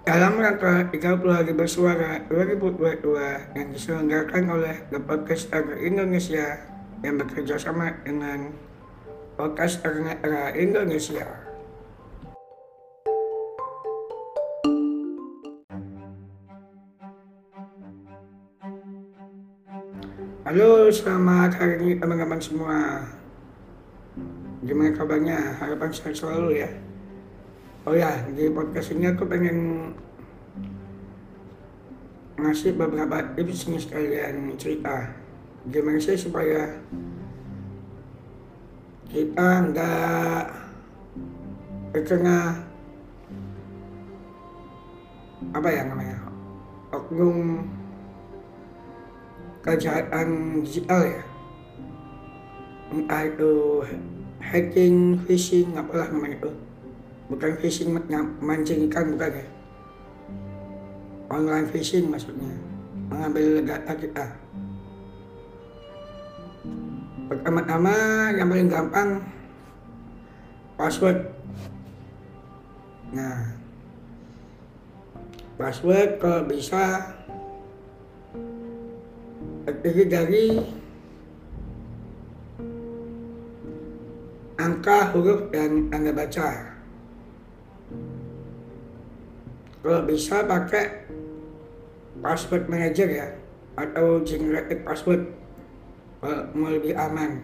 Dalam rangka 30 Hari Bersuara 2022 yang diselenggarakan oleh The Podcaster Indonesia yang bekerja sama dengan Podcaster Era Indonesia. Halo, selamat hari ini teman-teman semua. Gimana kabarnya? Harapan sehat selalu ya. Oh ya, di podcast ini aku pengen ngasih beberapa tips nih sekalian cerita. Gimana sih supaya kita nggak terkena apa ya namanya oknum kejahatan digital ya, entah itu hacking, phishing, apalah namanya itu. Bukan phishing mancing ikan, bukan ya, online phishing maksudnya, mengambil data kita. Pertama-tama yang paling gampang, password. Nah, password kalau bisa terdiri dari angka, huruf, dan tanda baca. Kalau bisa pakai password manager ya, atau generated password, mau lebih aman.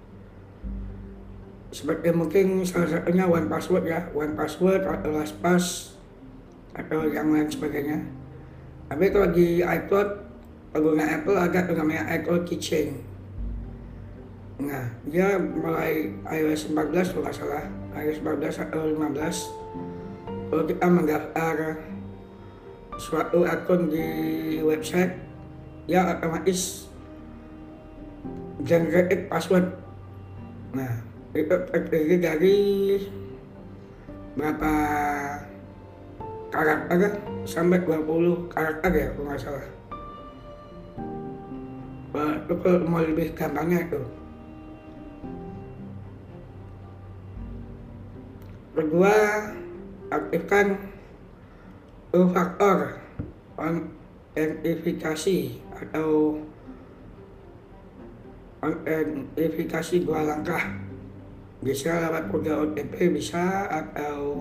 Seperti mungkin salah satunya One Password ya, One Password atau LastPass atau yang lain sebagainya. Tapi kalau di iCloud, pengguna Apple ada namanya iCloud Keychain. Nah, dia mulai iOS 14 kalau nggak salah, iOS 14 atau 15. Kalau kita mendaftar suatu akun di website, ya otomatis generated password. Nah, itu terdiri dari berapa karakter sampai 20 karakter ya kalau nggak salah. Itu kalau mau lebih gampangnya itu. Kedua, aktifkan two-factor authentifikasi atau authentifikasi dua langkah. Bisa lewat kode OTP bisa, atau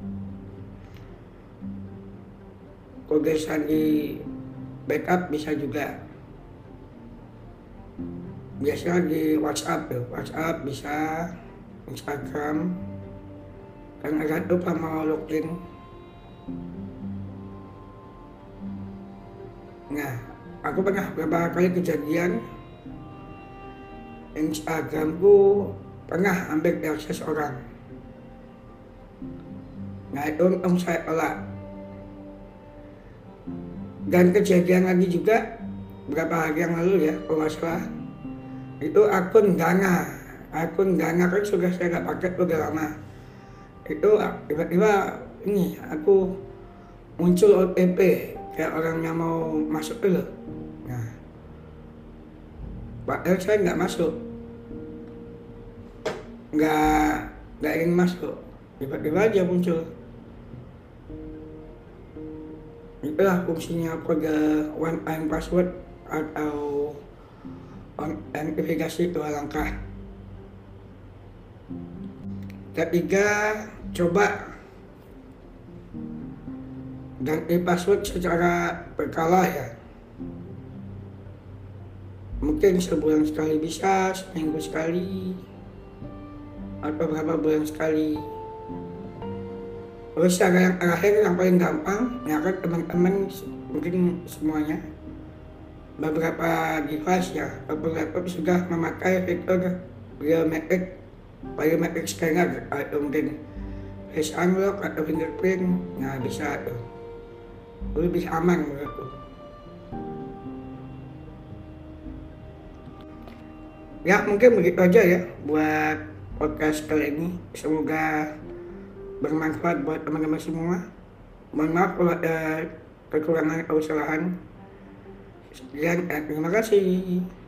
kode sandi backup bisa juga. Biasanya di WhatsApp bisa, Instagram, dan agak lupa mau login. Nah, aku pernah beberapa kali kejadian Instagramku pernah ambil akses orang. Nah, itu untung saya tolak. Dan kejadian lagi juga beberapa hari yang lalu ya, kalau nggak salah, itu akun Dana kan sudah saya nggak pakai udah lama. Itu tiba-tiba ini aku muncul OTP kayak orang yang mau masuk dulu. Nah, padahal saya nggak masuk, nggak ingin masuk, tiba-tiba aja muncul. Itulah fungsinya kode one time password atau authentifikasi dua langkah. Ketiga, coba ganti password secara berkala ya. Mungkin sebulan sekali bisa, seminggu sekali, atau berapa bulan sekali. Terus cara yang terakhir yang paling gampang, ya kan teman-teman mungkin semuanya, beberapa device ya, beberapa laptop sudah memakai fitur biometric scanner atau mungkin face unlock atau fingerprint. Nah, bisa tuh, lebih aman menurutku. Ya mungkin begitu aja ya buat podcast kali ini. Semoga bermanfaat buat teman-teman semua. Mohon maaf kalau ada kekurangan atau kesalahan. Sekian, terima kasih.